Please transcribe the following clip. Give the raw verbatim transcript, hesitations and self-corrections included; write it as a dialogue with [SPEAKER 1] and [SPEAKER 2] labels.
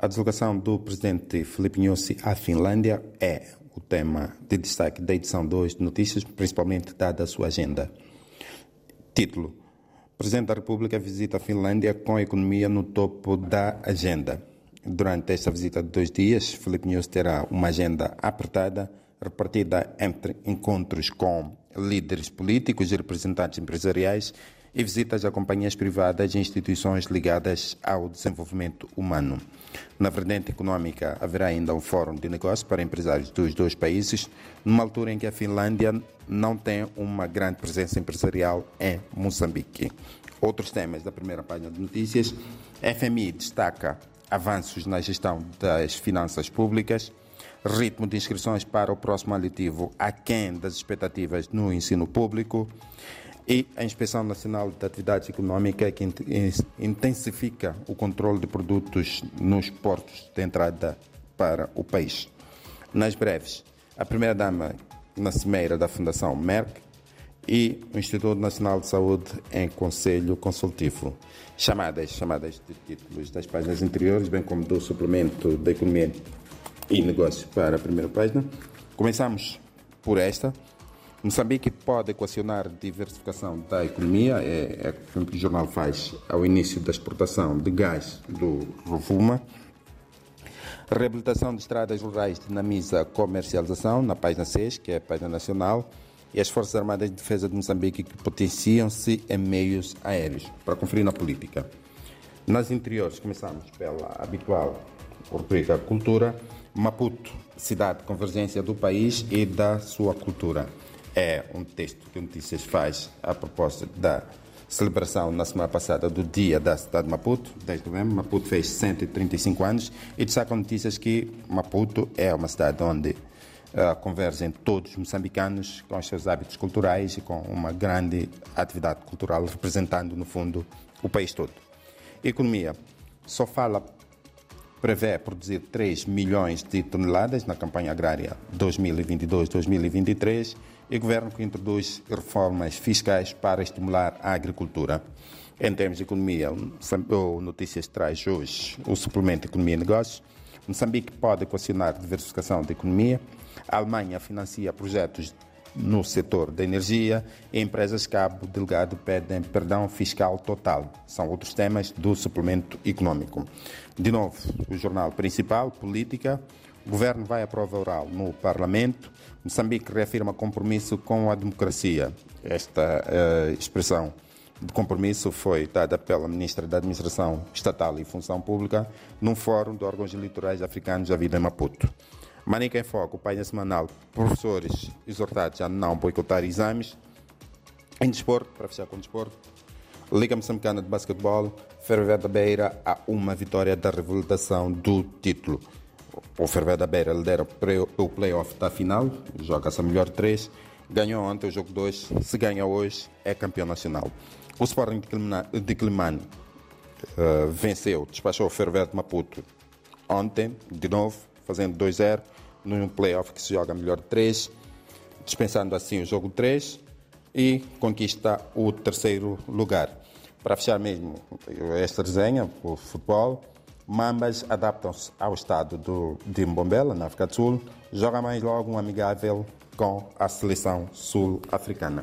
[SPEAKER 1] A deslocação do presidente Filipe Nyusi à Finlândia é o tema de destaque da edição dois de Notícias, principalmente dada a sua agenda. Título: Presidente da República visita a Finlândia com a economia no topo da agenda. Durante esta visita de dois dias, Filipe Nyusi terá uma agenda apertada, repartida entre encontros com líderes políticos e representantes empresariais e visitas a companhias privadas e instituições ligadas ao desenvolvimento humano. Na vertente econômica, haverá ainda um fórum de negócios para empresários dos dois países, numa altura em que a Finlândia não tem uma grande presença empresarial em Moçambique. Outros temas da primeira página de notícias: F M I destaca avanços na gestão das finanças públicas, ritmo de inscrições para o próximo ano letivo aquém das expectativas no ensino público, e a Inspeção Nacional de Atividades Econômicas que intensifica o controle de produtos nos portos de entrada para o país. Nas breves, a primeira-dama na cimeira da Fundação Merck e o Instituto Nacional de Saúde em Conselho Consultivo. Chamadas, chamadas de títulos das páginas anteriores, bem como do suplemento da Economia e Negócios para a primeira página. Começamos por esta. Moçambique pode equacionar diversificação da economia, é, é o que o jornal faz ao início da exportação de gás do Rovuma. Reabilitação de estradas rurais dinamiza a comercialização, na página seis, que é a página nacional, e as Forças Armadas de Defesa de Moçambique que potenciam-se em meios aéreos, para conferir na política. Nas interiores, começamos pela habitual rubrica Cultura. Maputo, cidade de convergência do país e da sua cultura. É um texto que o Notícias faz a propósito da celebração na semana passada do Dia da Cidade de Maputo, dez de novembro. Maputo fez cento e trinta e cinco anos e destaca Notícias que Maputo é uma cidade onde uh, convergem todos os moçambicanos com os seus hábitos culturais e com uma grande atividade cultural representando, no fundo, o país todo. Economia. Só fala prevê produzir três milhões de toneladas na campanha agrária dois mil e vinte e dois a dois mil e vinte e três e o governo que introduz reformas fiscais para estimular a agricultura. Em termos de economia, o Notícias traz hoje o suplemento de Economia e Negócios. Moçambique pode equacionar diversificação da economia. A Alemanha financia projetos no setor da energia e empresas Cabo Delgado pedem perdão fiscal total. São outros temas do suplemento econômico. De novo, o jornal principal, Política. O governo vai à prova oral no Parlamento. Moçambique reafirma compromisso com a democracia. Esta uh, expressão de compromisso foi dada pela Ministra da Administração Estatal e Função Pública num fórum de órgãos eleitorais africanos à vida em Maputo. Manica em Foco, página semanal, professores exortados a não boicotar exames. Em desporto, para fechar com o desporto, Liga Moçambicana de Basquetebol, Ferroviário da Beira a uma vitória da revalorização do título. O Ferroviário da Beira lidera o play-off da final, joga-se a melhor três, ganhou ontem o jogo dois, se ganha hoje é campeão nacional. O Sporting de Climane uh, venceu, despachou o Ferroviário de Maputo ontem, de novo, fazendo dois a zero, num play-off que se joga a melhor três, dispensando assim o jogo três e conquista o terceiro lugar. Para fechar mesmo esta resenha, o futebol, Mambas adaptam-se ao estado do, de Mbombela, na África do Sul, joga mais logo um amigável com a seleção sul-africana.